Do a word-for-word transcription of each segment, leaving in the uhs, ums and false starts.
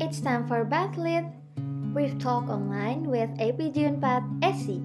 It's time for Backlit, Brief Talk Online with A P J Unpad S I.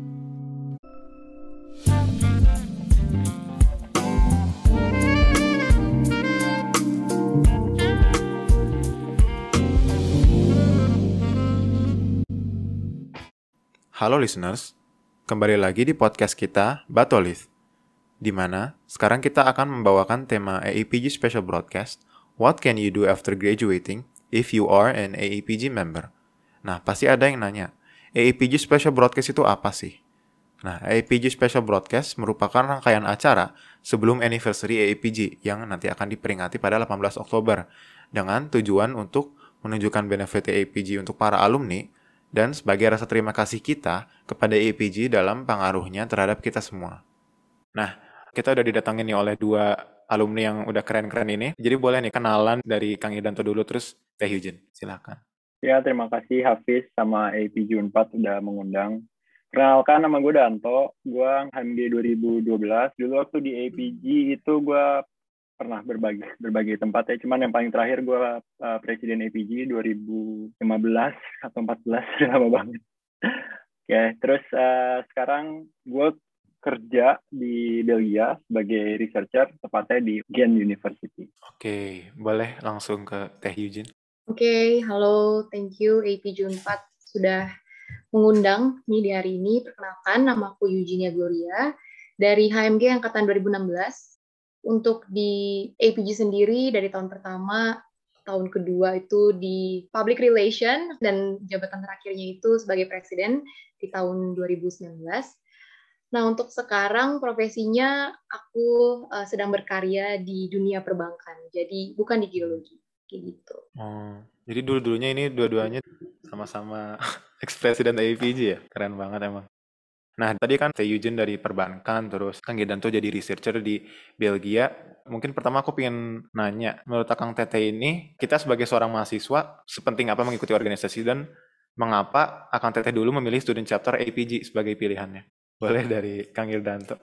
Halo listeners, kembali lagi di podcast kita, Batolith, di mana sekarang kita akan membawakan tema A E P G Special Broadcast, What Can You Do After Graduating If You Are an A E P G Member? Nah, pasti ada yang nanya, A E P G Special Broadcast itu apa sih? Nah, A E P G Special Broadcast merupakan rangkaian acara sebelum anniversary A E P G yang nanti akan diperingati pada delapan belas Oktober, dengan tujuan untuk menunjukkan benefit A E P G untuk para alumni, dan sebagai rasa terima kasih kita kepada A E P G dalam pengaruhnya terhadap kita semua. Nah, kita udah didatangin nih oleh dua alumni yang udah keren-keren ini. Jadi boleh nih kenalan dari Kang Idanto dulu, terus Teh Yujin. Silakan. Ya, terima kasih Hafiz sama A P J Unpad udah mengundang. Perkenalkan, nama gue Danto. Gue H M G dua ribu dua belas. Dulu waktu di A P G itu gue pernah berbagi berbagai tempat ya. Cuman yang paling terakhir gue uh, presiden A P G dua ribu lima belas atau empat belas, lama banget. Oke, okay, terus uh, sekarang gue kerja di Belgia sebagai researcher, tepatnya di Ghent University. Oke, okay, boleh langsung ke Teh Yujin. Oke, okay, halo, thank you A P J Unpad sudah mengundang nih di hari ini. Perkenalkan, nama aku Eugenia Gloria dari H M G Angkatan dua ribu enam belas. Untuk di A P G sendiri dari tahun pertama, tahun kedua itu di Public Relation, dan jabatan terakhirnya itu sebagai presiden di tahun dua ribu sembilan belas. Nah, untuk sekarang profesinya aku uh, sedang berkarya di dunia perbankan, jadi bukan di geologi, kayak gitu. Oh, jadi dulu-dulunya ini dua-duanya sama-sama ex-presiden A E P G ya? Keren banget emang. Nah, tadi kan Teh Yujin dari perbankan, terus Kang Idanto jadi researcher di Belgia. Mungkin pertama aku pengen nanya, menurut Kang Tete ini, kita sebagai seorang mahasiswa, sepenting apa mengikuti organisasi dan mengapa Kang Tete dulu memilih student chapter A P G sebagai pilihannya? Boleh dari Kang Idanto.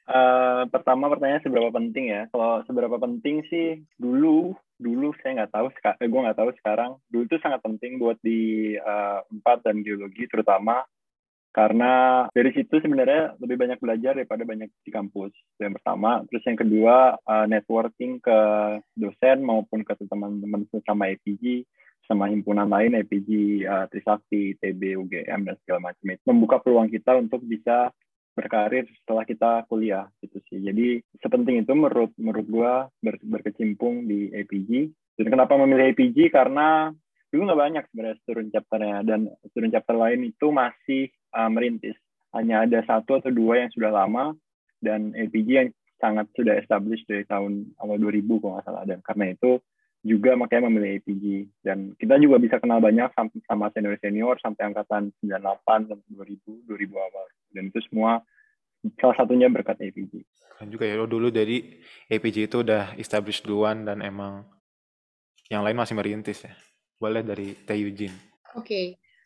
Uh, pertama pertanyaan seberapa penting ya? Kalau seberapa penting sih dulu, dulu saya nggak tahu, eh, gue nggak tahu sekarang. Dulu itu sangat penting buat di uh, empat dan geologi terutama. Karena dari situ sebenarnya lebih banyak belajar daripada banyak di kampus. Itu yang pertama. Terus yang kedua, uh, networking ke dosen maupun ke teman-teman sama A P G, sama himpunan lain, A P G, uh, Trisakti, T B, U G M, dan segala macam itu. Membuka peluang kita untuk bisa berkarir setelah kita kuliah. Gitu sih. Jadi sepenting itu menurut, menurut gue ber, berkecimpung di A P G. Dan kenapa memilih A P G? Karena dulu nggak banyak sebenarnya student chapter-nya, dan student chapter lain itu masih Uh, merintis. Hanya ada satu atau dua yang sudah lama, dan A P G yang sangat sudah established dari tahun awal dua ribu kalau nggak salah. Dan karena itu juga makanya memilih A P G. Dan kita juga bisa kenal banyak sama senior-senior sampai angkatan sembilan puluh delapan, dua ribu, dua ribu awal. Dan itu semua salah satunya berkat A P G. Kan juga ya, lo dulu dari A P G itu udah established duluan dan emang yang lain masih merintis ya. Boleh dari Teh Yujin. Oke. Okay.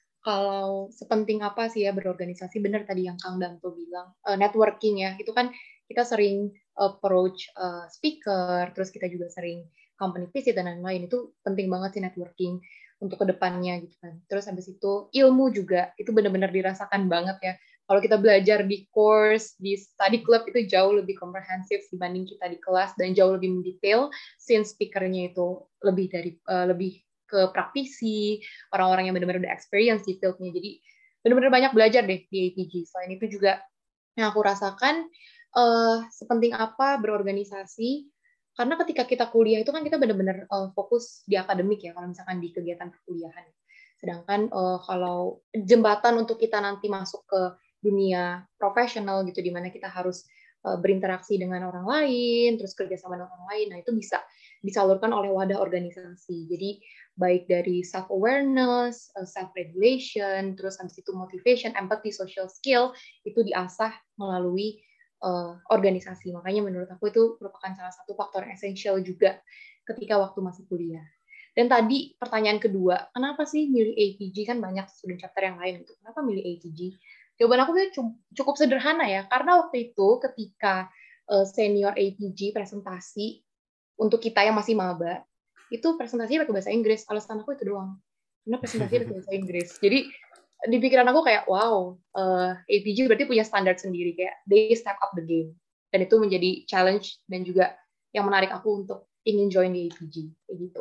Kalau sepenting apa sih ya berorganisasi, benar tadi yang Kang Danto bilang, uh, networking ya, itu kan kita sering approach uh, speaker, terus kita juga sering company visit dan lain-lain, itu penting banget sih networking untuk kedepannya gitu kan. Terus habis itu ilmu juga, itu benar-benar dirasakan banget ya. Kalau kita belajar di course, di study club itu jauh lebih komprehensif dibanding kita di kelas, dan jauh lebih mendetail, since speakernya itu lebih dari uh, lebih ke praktisi, orang-orang yang benar-benar udah experience di field-nya. Jadi benar-benar banyak belajar deh di A P G. Selain itu juga yang aku rasakan uh, sepenting apa berorganisasi, karena ketika kita kuliah itu kan kita benar-benar uh, fokus di akademik ya, kalau misalkan di kegiatan perkuliahan. Sedangkan uh, kalau jembatan untuk kita nanti masuk ke dunia profesional gitu, di mana kita harus uh, berinteraksi dengan orang lain, terus kerjasama dengan orang lain, nah itu bisa disalurkan oleh wadah organisasi. Jadi baik dari self-awareness, self-regulation, terus habis itu motivation, empathy, social skill, itu diasah melalui uh, organisasi. Makanya menurut aku itu merupakan salah satu faktor esensial juga ketika waktu masih kuliah. Dan tadi pertanyaan kedua, kenapa sih milih A P G? Kan banyak student chapter yang lain gitu. Kenapa milih A P G? Jawaban aku tuh cukup sederhana ya, karena waktu itu ketika uh, senior A P G presentasi untuk kita yang masih maba, itu presentasinya pakai bahasa Inggris. Alasan aku itu doang. karena presentasi pakai bahasa Inggris. Jadi di pikiran aku kayak wow, uh, A P G berarti punya standar sendiri, kayak they step up the game, dan itu menjadi challenge dan juga yang menarik aku untuk ingin join di A P G kayak gitu.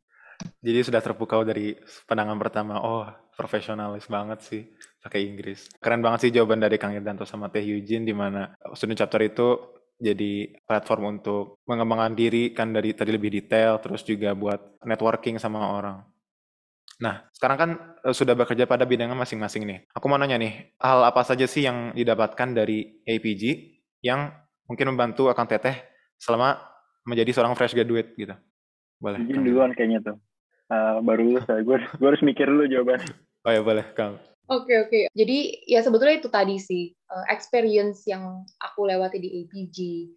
Jadi sudah terpukau dari pandangan pertama, oh profesionalis banget sih pakai Inggris. Keren banget sih jawaban dari Kang Irdanto sama Teh Eugene, di mana student chapter itu jadi platform untuk mengembangkan diri kan dari tadi lebih detail, terus juga buat networking sama orang. Nah, sekarang kan uh, sudah bekerja pada bidangnya masing-masing nih. Aku mau nanya nih, hal apa saja sih yang didapatkan dari A P G yang mungkin membantu Akang Teteh selama menjadi seorang fresh graduate gitu? Boleh, Izin Kang. duluan kayaknya tuh. Uh, baru lulus saya. Gue gue harus mikir dulu jawabannya. Oh ya boleh, Kang. Oke, oke. Jadi ya sebetulnya itu tadi sih, uh, experience yang aku lewati di A P G,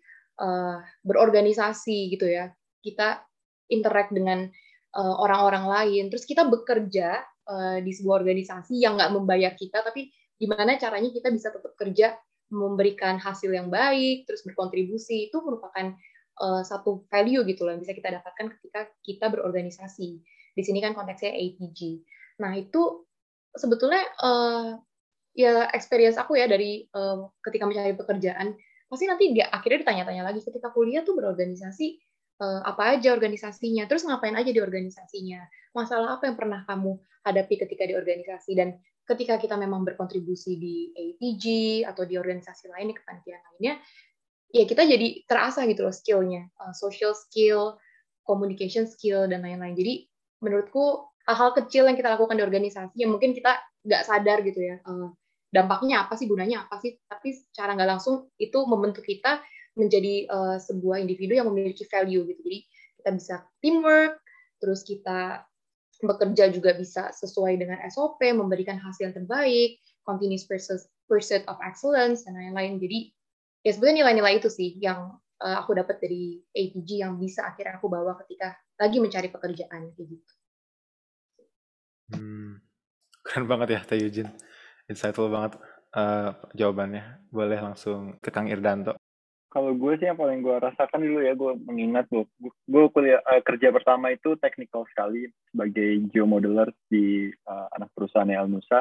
uh, berorganisasi gitu ya. Kita interact dengan uh, orang-orang lain, terus kita bekerja uh, di sebuah organisasi yang nggak membayar kita, tapi gimana caranya kita bisa tetap kerja, memberikan hasil yang baik, terus berkontribusi, itu merupakan uh, satu value gitu loh yang bisa kita dapatkan ketika kita berorganisasi. Di sini kan konteksnya A P G. Nah, itu sebetulnya uh, ya experience aku ya dari uh, ketika mencari pekerjaan, pasti nanti dia akhirnya ditanya-tanya lagi ketika kuliah tuh berorganisasi, uh, apa aja organisasinya, terus ngapain aja di organisasinya, masalah apa yang pernah kamu hadapi ketika di organisasi, dan ketika kita memang berkontribusi di A P G atau di organisasi lain, di kepanitiaan lainnya, ya kita jadi terasa gitu loh skill-nya, uh, social skill, communication skill, dan lain-lain. Jadi menurutku hal-hal kecil yang kita lakukan di organisasi yang mungkin kita nggak sadar gitu ya, uh, dampaknya apa sih, gunanya apa sih, tapi secara nggak langsung itu membentuk kita menjadi uh, sebuah individu yang memiliki value gitu. Jadi kita bisa teamwork, terus kita bekerja juga bisa sesuai dengan S O P, memberikan hasil yang terbaik, continuous pursuit of excellence, dan lain-lain. Jadi ya sebenarnya nilai-nilai itu sih yang uh, aku dapat dari A P G yang bisa akhirnya aku bawa ketika lagi mencari pekerjaan kayak gitu. Hmm, keren banget ya Teh Eugene. Insightful banget uh, jawabannya. Boleh langsung ke Kang Irdanto. Kalau gue sih yang paling gue rasakan dulu ya, gue mengingat gue, gue kuliah uh, kerja pertama itu technical sekali sebagai geomodeler di uh, anak perusahaan El Nusa.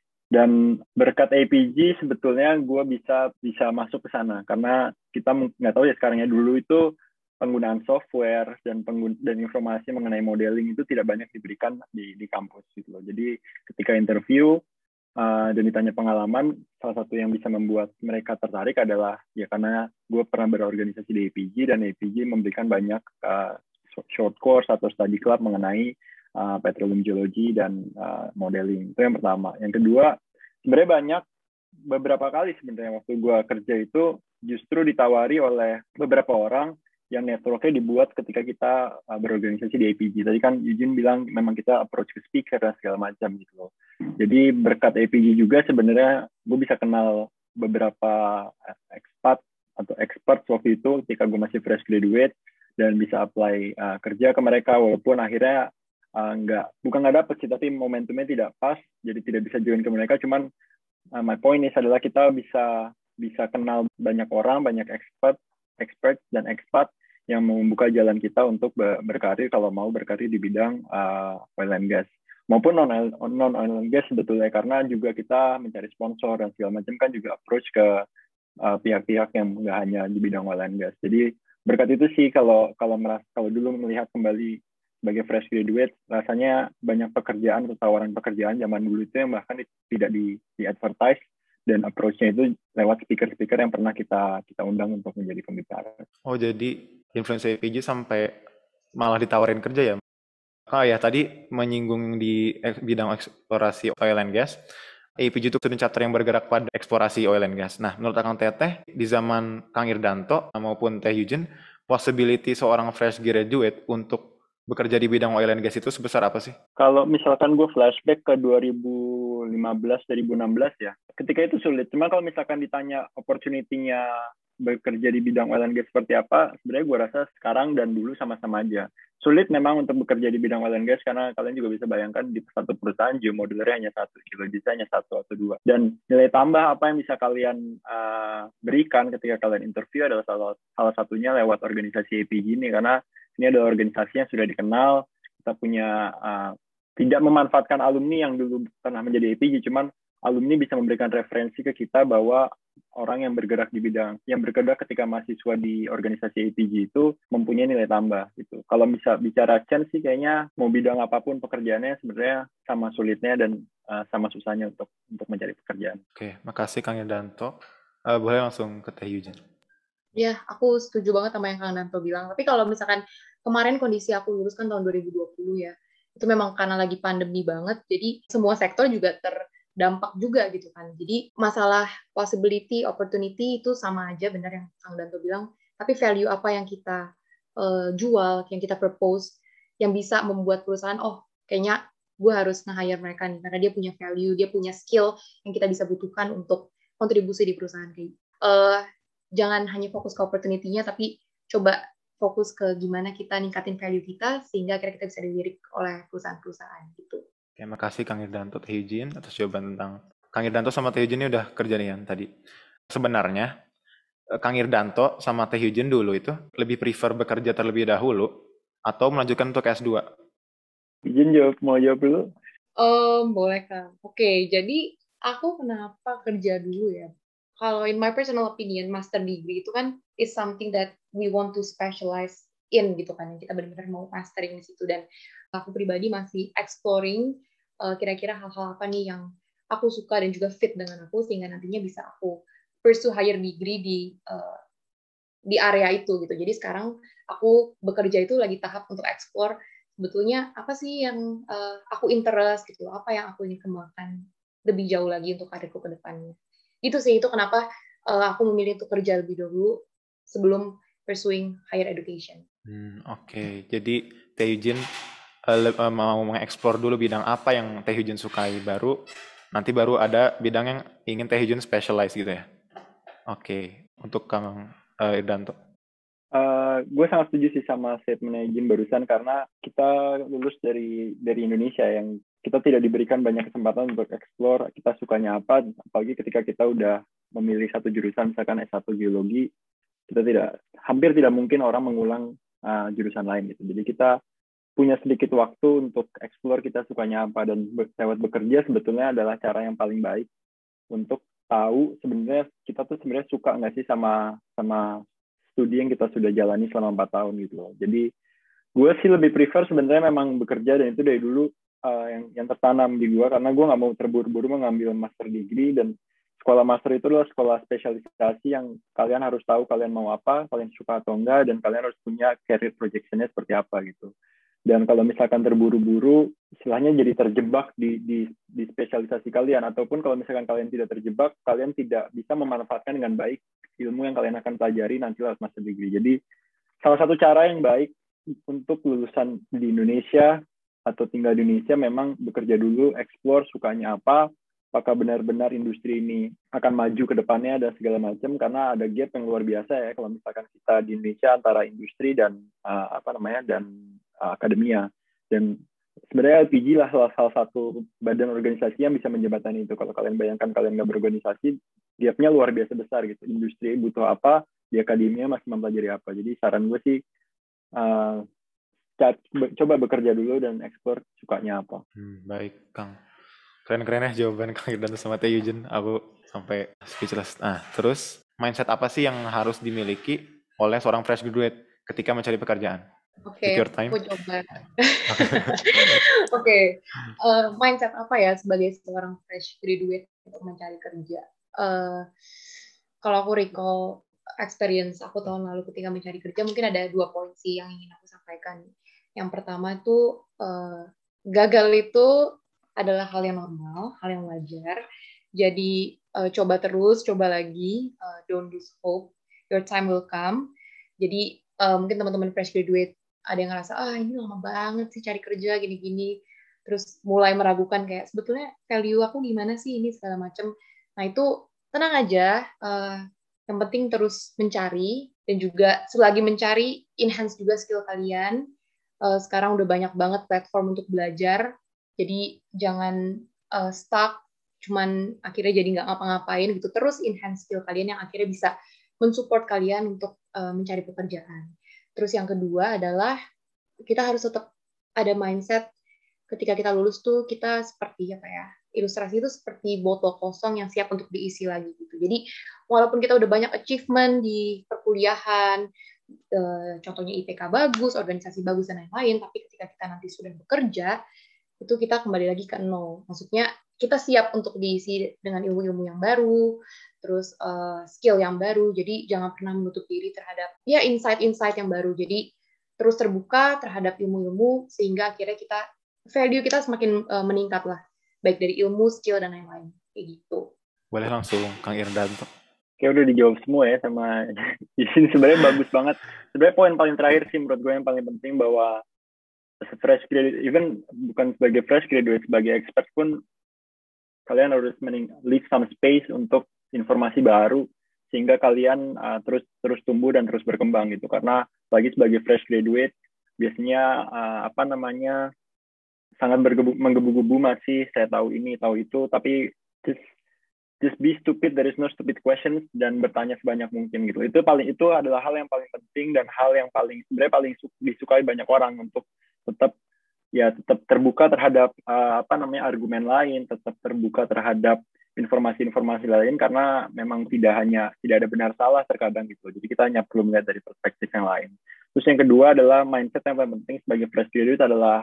Dan berkat A P G sebetulnya gue bisa bisa masuk ke sana karena kita nggak tahu ya sekarang ya, dulu itu penggunaan software dan penggun dan informasi mengenai modeling itu tidak banyak diberikan di di kampus gitu loh. Jadi ketika interview uh, dan ditanya pengalaman, salah satu yang bisa membuat mereka tertarik adalah ya karena gue pernah berorganisasi di A P G, dan A P G memberikan banyak uh, short course atau study club mengenai Uh, petroleum geology dan uh, modeling. Itu yang pertama. Yang kedua, sebenarnya banyak, beberapa kali sebenarnya waktu gue kerja itu justru ditawari oleh beberapa orang yang networknya dibuat ketika kita uh, berorganisasi di A P G. Tadi kan Eugene bilang memang kita approach ke speaker dan segala macam gitu loh. Jadi berkat A P G juga sebenarnya gue bisa kenal beberapa expat atau expert waktu itu ketika gue masih fresh graduate, dan bisa apply uh, kerja ke mereka, walaupun akhirnya Uh, nggak, bukan nggak dapet sih, tapi momentumnya tidak pas, jadi tidak bisa join ke mereka. Cuman uh, my point is adalah kita bisa bisa kenal banyak orang, banyak expert, expert dan expat yang membuka jalan kita untuk berkarir kalau mau berkarir di bidang uh, oil and gas maupun non non oil and gas sebetulnya, karena juga kita mencari sponsor dan segala macam kan juga approach ke uh, pihak-pihak yang nggak hanya di bidang oil and gas. Jadi berkat itu sih kalau kalau merasa kalau dulu melihat kembali sebagai fresh graduate, rasanya banyak pekerjaan atau tawaran pekerjaan zaman dulu itu yang bahkan tidak di, di advertise, dan approach-nya itu lewat speaker-speaker yang pernah kita kita undang untuk menjadi pembicara. Oh, jadi influencer A P G sampai malah ditawarin kerja ya? Oh ya, tadi menyinggung di bidang eksplorasi oil and gas. A P G itu student chapter yang bergerak pada eksplorasi oil and gas. Nah, menurut Kang Teteh, di zaman Kang Irdanto maupun Teh Eugene, possibility seorang fresh graduate untuk bekerja di bidang oil and gas itu sebesar apa sih? Kalau misalkan gue flashback ke dua ribu lima belas, dua ribu enam belas ya, ketika itu sulit. Cuma kalau misalkan ditanya opportunity-nya bekerja di bidang oil and gas seperti apa, sebenarnya gue rasa sekarang dan dulu sama-sama aja. Sulit memang untuk bekerja di bidang oil and gas, karena kalian juga bisa bayangkan di satu perusahaan geomodelernya hanya satu, geologis hanya satu atau dua. Dan nilai tambah apa yang bisa kalian uh, berikan ketika kalian interview adalah salah, salah satunya lewat organisasi A P G ini, karena ini adalah organisasi yang sudah dikenal, kita punya uh, tidak memanfaatkan alumni yang dulu pernah menjadi A P G, cuman alumni bisa memberikan referensi ke kita bahwa orang yang bergerak di bidang, yang bergerak ketika mahasiswa di organisasi A P G itu mempunyai nilai tambah gitu. Kalau bisa bicara chance sih kayaknya mau bidang apapun pekerjaannya sebenarnya sama sulitnya dan uh, sama susahnya untuk untuk mencari pekerjaan. Oke, makasih Kang Yudanto. Uh, boleh langsung ke Teh Yujin. Ya, aku setuju banget sama yang Kang Danto bilang. Tapi kalau misalkan kemarin kondisi aku lulus kan tahun dua ribu dua puluh ya, itu memang karena lagi pandemi banget, jadi semua sektor juga terdampak juga gitu kan. Jadi masalah possibility, opportunity itu sama aja benar yang Kang Danto bilang, tapi value apa yang kita uh, jual, yang kita propose, yang bisa membuat perusahaan, oh kayaknya gue harus nge-hire mereka nih, karena dia punya value, dia punya skill yang kita bisa butuhkan untuk kontribusi di perusahaan kayak uh, jangan hanya fokus ke opportunity-nya, tapi coba fokus ke gimana kita ningkatin value kita, sehingga akhirnya kita bisa dilirik oleh perusahaan-perusahaan gitu. Oke, makasih Kang Yudanto, Teh Yujin atas jawaban tentang Kang Yudanto sama Teh Yujin ini udah kerja nih yang tadi. Sebenarnya Kang Yudanto sama Teh Yujin dulu itu lebih prefer bekerja terlebih dahulu atau melanjutkan untuk S dua? Izin jawab, mau jawab dulu? Um, boleh Kang. Oke, jadi aku kenapa kerja dulu ya? Kalau in my personal opinion, master degree itu kan is something that we want to specialize in gitu kan. Kita benar-benar mau mastering di situ, dan aku pribadi masih exploring uh, kira-kira hal-hal apa nih yang aku suka dan juga fit dengan aku, sehingga nantinya bisa aku pursue higher degree di uh, di area itu gitu. Jadi sekarang aku bekerja itu lagi tahap untuk explore sebetulnya apa sih yang uh, aku interest gitu, apa yang aku ingin kembangkan lebih jauh lagi untuk karirku ke depannya. Itu sih, itu kenapa uh, aku memilih untuk kerja lebih dulu sebelum pursuing higher education. Hmm, Oke, okay. Jadi Teh Yujin uh, mau mengeksplor dulu bidang apa yang Teh Yujin sukai, baru nanti baru ada bidang yang ingin Teh Yujin specialize gitu ya. Oke, okay. Untuk Kang uh, Yudanto. Uh, gue sangat setuju sih sama statement Jin barusan, karena kita lulus dari dari Indonesia yang kita tidak diberikan banyak kesempatan untuk explore kita sukanya apa, apalagi ketika kita udah memilih satu jurusan, misalkan S satu geologi, kita tidak, hampir tidak mungkin orang mengulang uh, jurusan lain gitu. Jadi kita punya sedikit waktu untuk explore kita sukanya apa, dan lewat bekerja sebetulnya adalah cara yang paling baik untuk tahu sebenarnya kita tuh sebenarnya suka nggak sih sama sama studi yang kita sudah jalani selama empat tahun gitu loh. Jadi gue sih lebih prefer sebenarnya memang bekerja, dan itu dari dulu uh, yang yang tertanam di gue, karena gue nggak mau terburu-buru mengambil master degree, dan sekolah master itu adalah sekolah spesialisasi yang kalian harus tahu kalian mau apa, kalian suka atau enggak, dan kalian harus punya career projection-nya seperti apa gitu. Dan kalau misalkan terburu-buru, istilahnya jadi terjebak di, di, di spesialisasi kalian, ataupun kalau misalkan kalian tidak terjebak, kalian tidak bisa memanfaatkan dengan baik ilmu yang kalian akan pelajari nanti lewat master degree. Jadi salah satu cara yang baik untuk lulusan di Indonesia atau tinggal di Indonesia memang bekerja dulu, explore sukanya apa, apakah benar-benar industri ini akan maju ke depannya dan segala macam, karena ada gap yang luar biasa ya kalau misalkan kita di Indonesia antara industri dan uh, apa namanya dan uh, akademia. Dan sebenarnya L P G lah salah, salah satu badan organisasi yang bisa menjembatani itu. Kalau kalian bayangkan kalian nggak berorganisasi, gapnya luar biasa besar gitu. Industri butuh apa, di akademia masih mempelajari apa. Jadi saran gue sih uh, coba bekerja dulu dan explore sukanya apa. Hmm, baik Kang. Keren-keren ya jawaban Kang Yudanto sama Teh Yujin. Aku sampai speechless. Nah, terus mindset apa sih yang harus dimiliki oleh seorang fresh graduate ketika mencari pekerjaan? Oke, Take your time. aku coba. Oke, uh, mindset apa ya sebagai seorang fresh graduate untuk mencari kerja? Uh, kalau aku recall experience aku tahun lalu ketika mencari kerja, mungkin ada dua poin sih yang ingin aku sampaikan. Yang pertama itu uh, gagal itu adalah hal yang normal, hal yang wajar. Jadi uh, coba terus, coba lagi, uh, don't lose hope. Your time will come. Jadi uh, mungkin teman-teman fresh graduate ada yang ngerasa, ah ini lama banget sih cari kerja gini-gini, terus mulai meragukan kayak sebetulnya value aku gimana sih ini segala macam. Nah itu tenang aja, uh, yang penting terus mencari, dan juga selagi mencari enhance juga skill kalian. Uh, sekarang udah banyak banget platform untuk belajar, jadi jangan uh, stuck cuman akhirnya jadi nggak ngapa-ngapain gitu. Terus enhance skill kalian yang akhirnya bisa mensupport kalian untuk uh, mencari pekerjaan. Terus yang kedua adalah kita harus tetap ada mindset ketika kita lulus tuh kita seperti apa ya, ilustrasi itu seperti botol kosong yang siap untuk diisi lagi gitu. Jadi walaupun kita udah banyak achievement di perkuliahan, eh, contohnya I P K bagus, organisasi bagus dan lain-lain, tapi ketika kita nanti sudah bekerja, itu kita kembali lagi ke nol. Maksudnya kita siap untuk diisi dengan ilmu-ilmu yang baru, terus uh, skill yang baru. Jadi jangan pernah menutup diri terhadap ya insight-insight yang baru. Jadi terus terbuka terhadap ilmu-ilmu sehingga akhirnya kita value kita semakin uh, meningkat lah, baik dari ilmu, skill dan lain-lain. Kayak gitu. Boleh langsung Kang Irdanto. Kayak udah dijawab semua ya sama di sini. Sebenarnya bagus banget. Sebenarnya poin paling terakhir sih menurut gue yang paling penting bahwa fresh graduate, even bukan sebagai fresh graduate, sebagai expert pun kalian harus mening- leave some space untuk informasi baru sehingga kalian uh, terus terus tumbuh dan terus berkembang gitu. Karena bagi sebagai fresh graduate biasanya uh, apa namanya sangat bergebu- menggebu-gebu masih saya tahu ini tahu itu, tapi just just be stupid, there is no stupid questions, dan bertanya sebanyak mungkin gitu. Itu paling itu adalah hal yang paling penting dan hal yang paling sebenarnya paling disukai banyak orang untuk tetap ya tetap terbuka terhadap uh, apa namanya argumen lain, tetap terbuka terhadap informasi-informasi lain, karena memang tidak hanya tidak ada benar salah terkadang gitu. Jadi kita hanya perlu melihat dari perspektif yang lain. Terus yang kedua adalah mindset yang paling penting sebagai fresh graduate adalah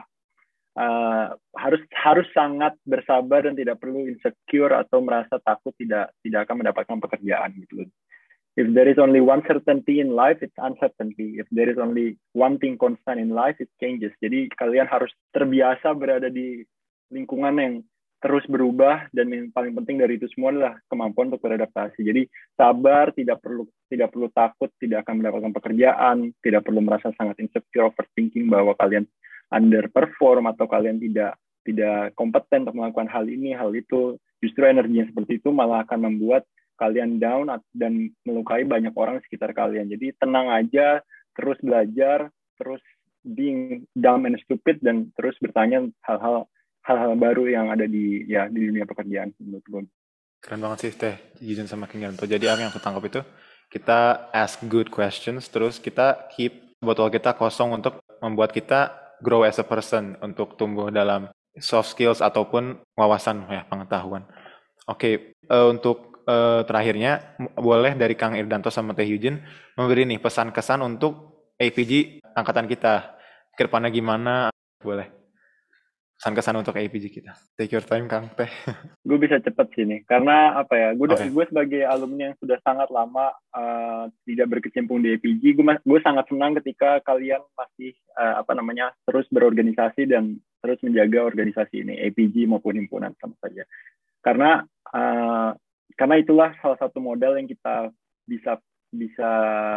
uh, harus harus sangat bersabar dan tidak perlu insecure atau merasa takut tidak tidak akan mendapatkan pekerjaan gitu. If there is only one certainty in life, it's uncertainty. If there is only one thing constant in life, it changes. Jadi kalian harus terbiasa berada di lingkungan yang terus berubah, dan yang paling penting dari itu semua adalah kemampuan untuk beradaptasi. Jadi sabar, tidak perlu tidak perlu takut tidak akan mendapatkan pekerjaan, tidak perlu merasa sangat insecure, overthinking bahwa kalian underperform atau kalian tidak tidak kompeten untuk melakukan hal ini, hal itu. Justru energinya seperti itu malah akan membuat kalian down dan melukai banyak orang di sekitar kalian. Jadi tenang aja, terus belajar, terus being dumb and stupid, dan terus bertanya hal-hal hal-hal baru yang ada di ya di dunia pekerjaan menurut gue. Keren banget sih Teh Yujin sama Kang Irdanto. Jadi apa yang aku tangkap itu, kita ask good questions, terus kita keep botol kita kosong untuk membuat kita grow as a person, untuk tumbuh dalam soft skills ataupun wawasan ya, pengetahuan. Oke, uh, untuk uh, terakhirnya boleh dari Kang Irdanto sama Teh Yujin memberi nih pesan kesan untuk A P G angkatan kita. Ke depannya gimana? Boleh. Pesan kesan untuk A P G kita. Take your time Kang Teh. Gue bisa cepet sih nih, karena apa ya? Gue okay. gue sebagai alumni yang sudah sangat lama uh, tidak berkecimpung di A P G, gue gue sangat senang ketika kalian masih uh, apa namanya terus berorganisasi dan terus menjaga organisasi ini, A P G maupun himpunan sama saja. Karena uh, karena itulah salah satu modal yang kita bisa bisa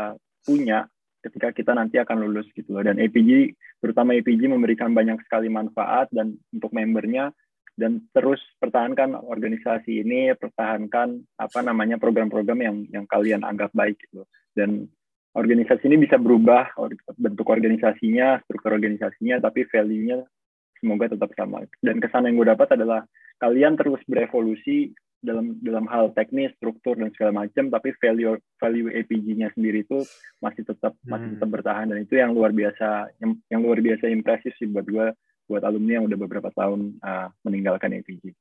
punya ketika kita nanti akan lulus gitu loh. Dan A P G, terutama A P G memberikan banyak sekali manfaat dan untuk membernya, dan terus pertahankan organisasi ini, pertahankan apa namanya program-program yang yang kalian anggap baik gitu. Dan organisasi ini bisa berubah bentuk organisasinya, struktur organisasinya, tapi value-nya semoga tetap sama. Dan kesan yang gue dapat adalah kalian terus berevolusi dalam dalam hal teknis, struktur dan segala macam, tapi value value A P G-nya sendiri itu masih tetap hmm. masih tetap bertahan, dan itu yang luar biasa yang, yang luar biasa impresif sih buat gue, buat alumni yang udah beberapa tahun uh, meninggalkan A P G.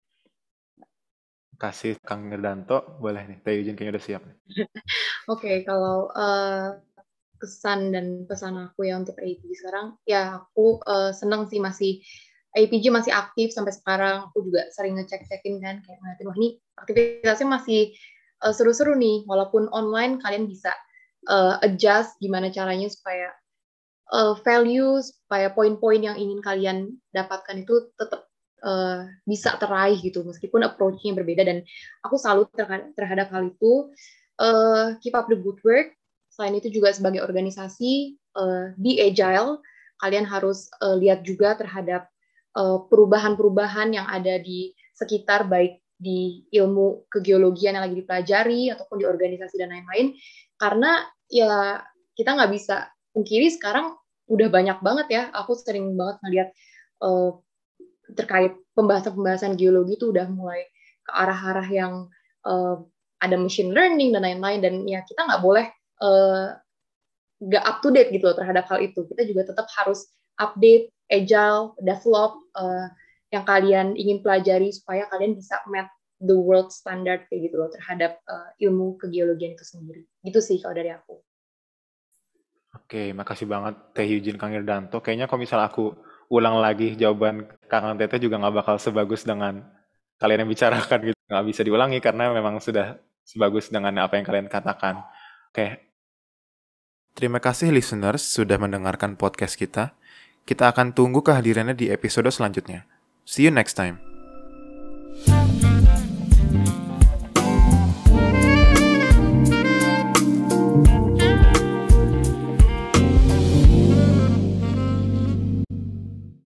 Kasih Kang Irdanto, boleh nih. Teh Yujin kayaknya udah siap. Oke, okay, kalau uh, kesan dan pesan aku ya untuk A P G sekarang, ya aku uh, senang sih masih A P G masih aktif sampai sekarang. Aku juga sering ngecek-cekin kan, kayak ngeliatin, wah ini aktivitasnya masih uh, seru-seru nih. Walaupun online, kalian bisa uh, adjust gimana caranya supaya uh, value, supaya poin-poin yang ingin kalian dapatkan itu tetap uh, bisa teraih gitu, meskipun approach-nya berbeda. Dan aku salut terhadap, terhadap hal itu. Uh, keep up the good work. Selain itu juga sebagai organisasi, uh, be agile. Kalian harus uh, lihat juga terhadap perubahan-perubahan yang ada di sekitar, baik di ilmu kegeologian yang lagi dipelajari ataupun di organisasi dan lain-lain, karena ya kita nggak bisa pungkiri sekarang udah banyak banget ya, aku sering banget ngeliat uh, terkait pembahasan-pembahasan geologi itu udah mulai ke arah-arah yang uh, ada machine learning dan lain-lain, dan ya kita nggak boleh uh, nggak up to date gitu loh terhadap hal itu. Kita juga tetap harus update agile, develop uh, yang kalian ingin pelajari supaya kalian bisa meet the world standard kayak gitu loh terhadap uh, ilmu kegeologian itu sendiri. Gitu sih kalau dari aku. Oke, makasih banget Teh Eugene Kang Irdanto. Kayaknya kalau misal aku ulang lagi jawaban Kang Teteh juga nggak bakal sebagus dengan kalian yang bicarakan gitu. Nggak bisa diulangi karena memang sudah sebagus dengan apa yang kalian katakan. Oke. Terima kasih listeners sudah mendengarkan podcast kita. Kita akan tunggu kehadirannya di episode selanjutnya. See you next time.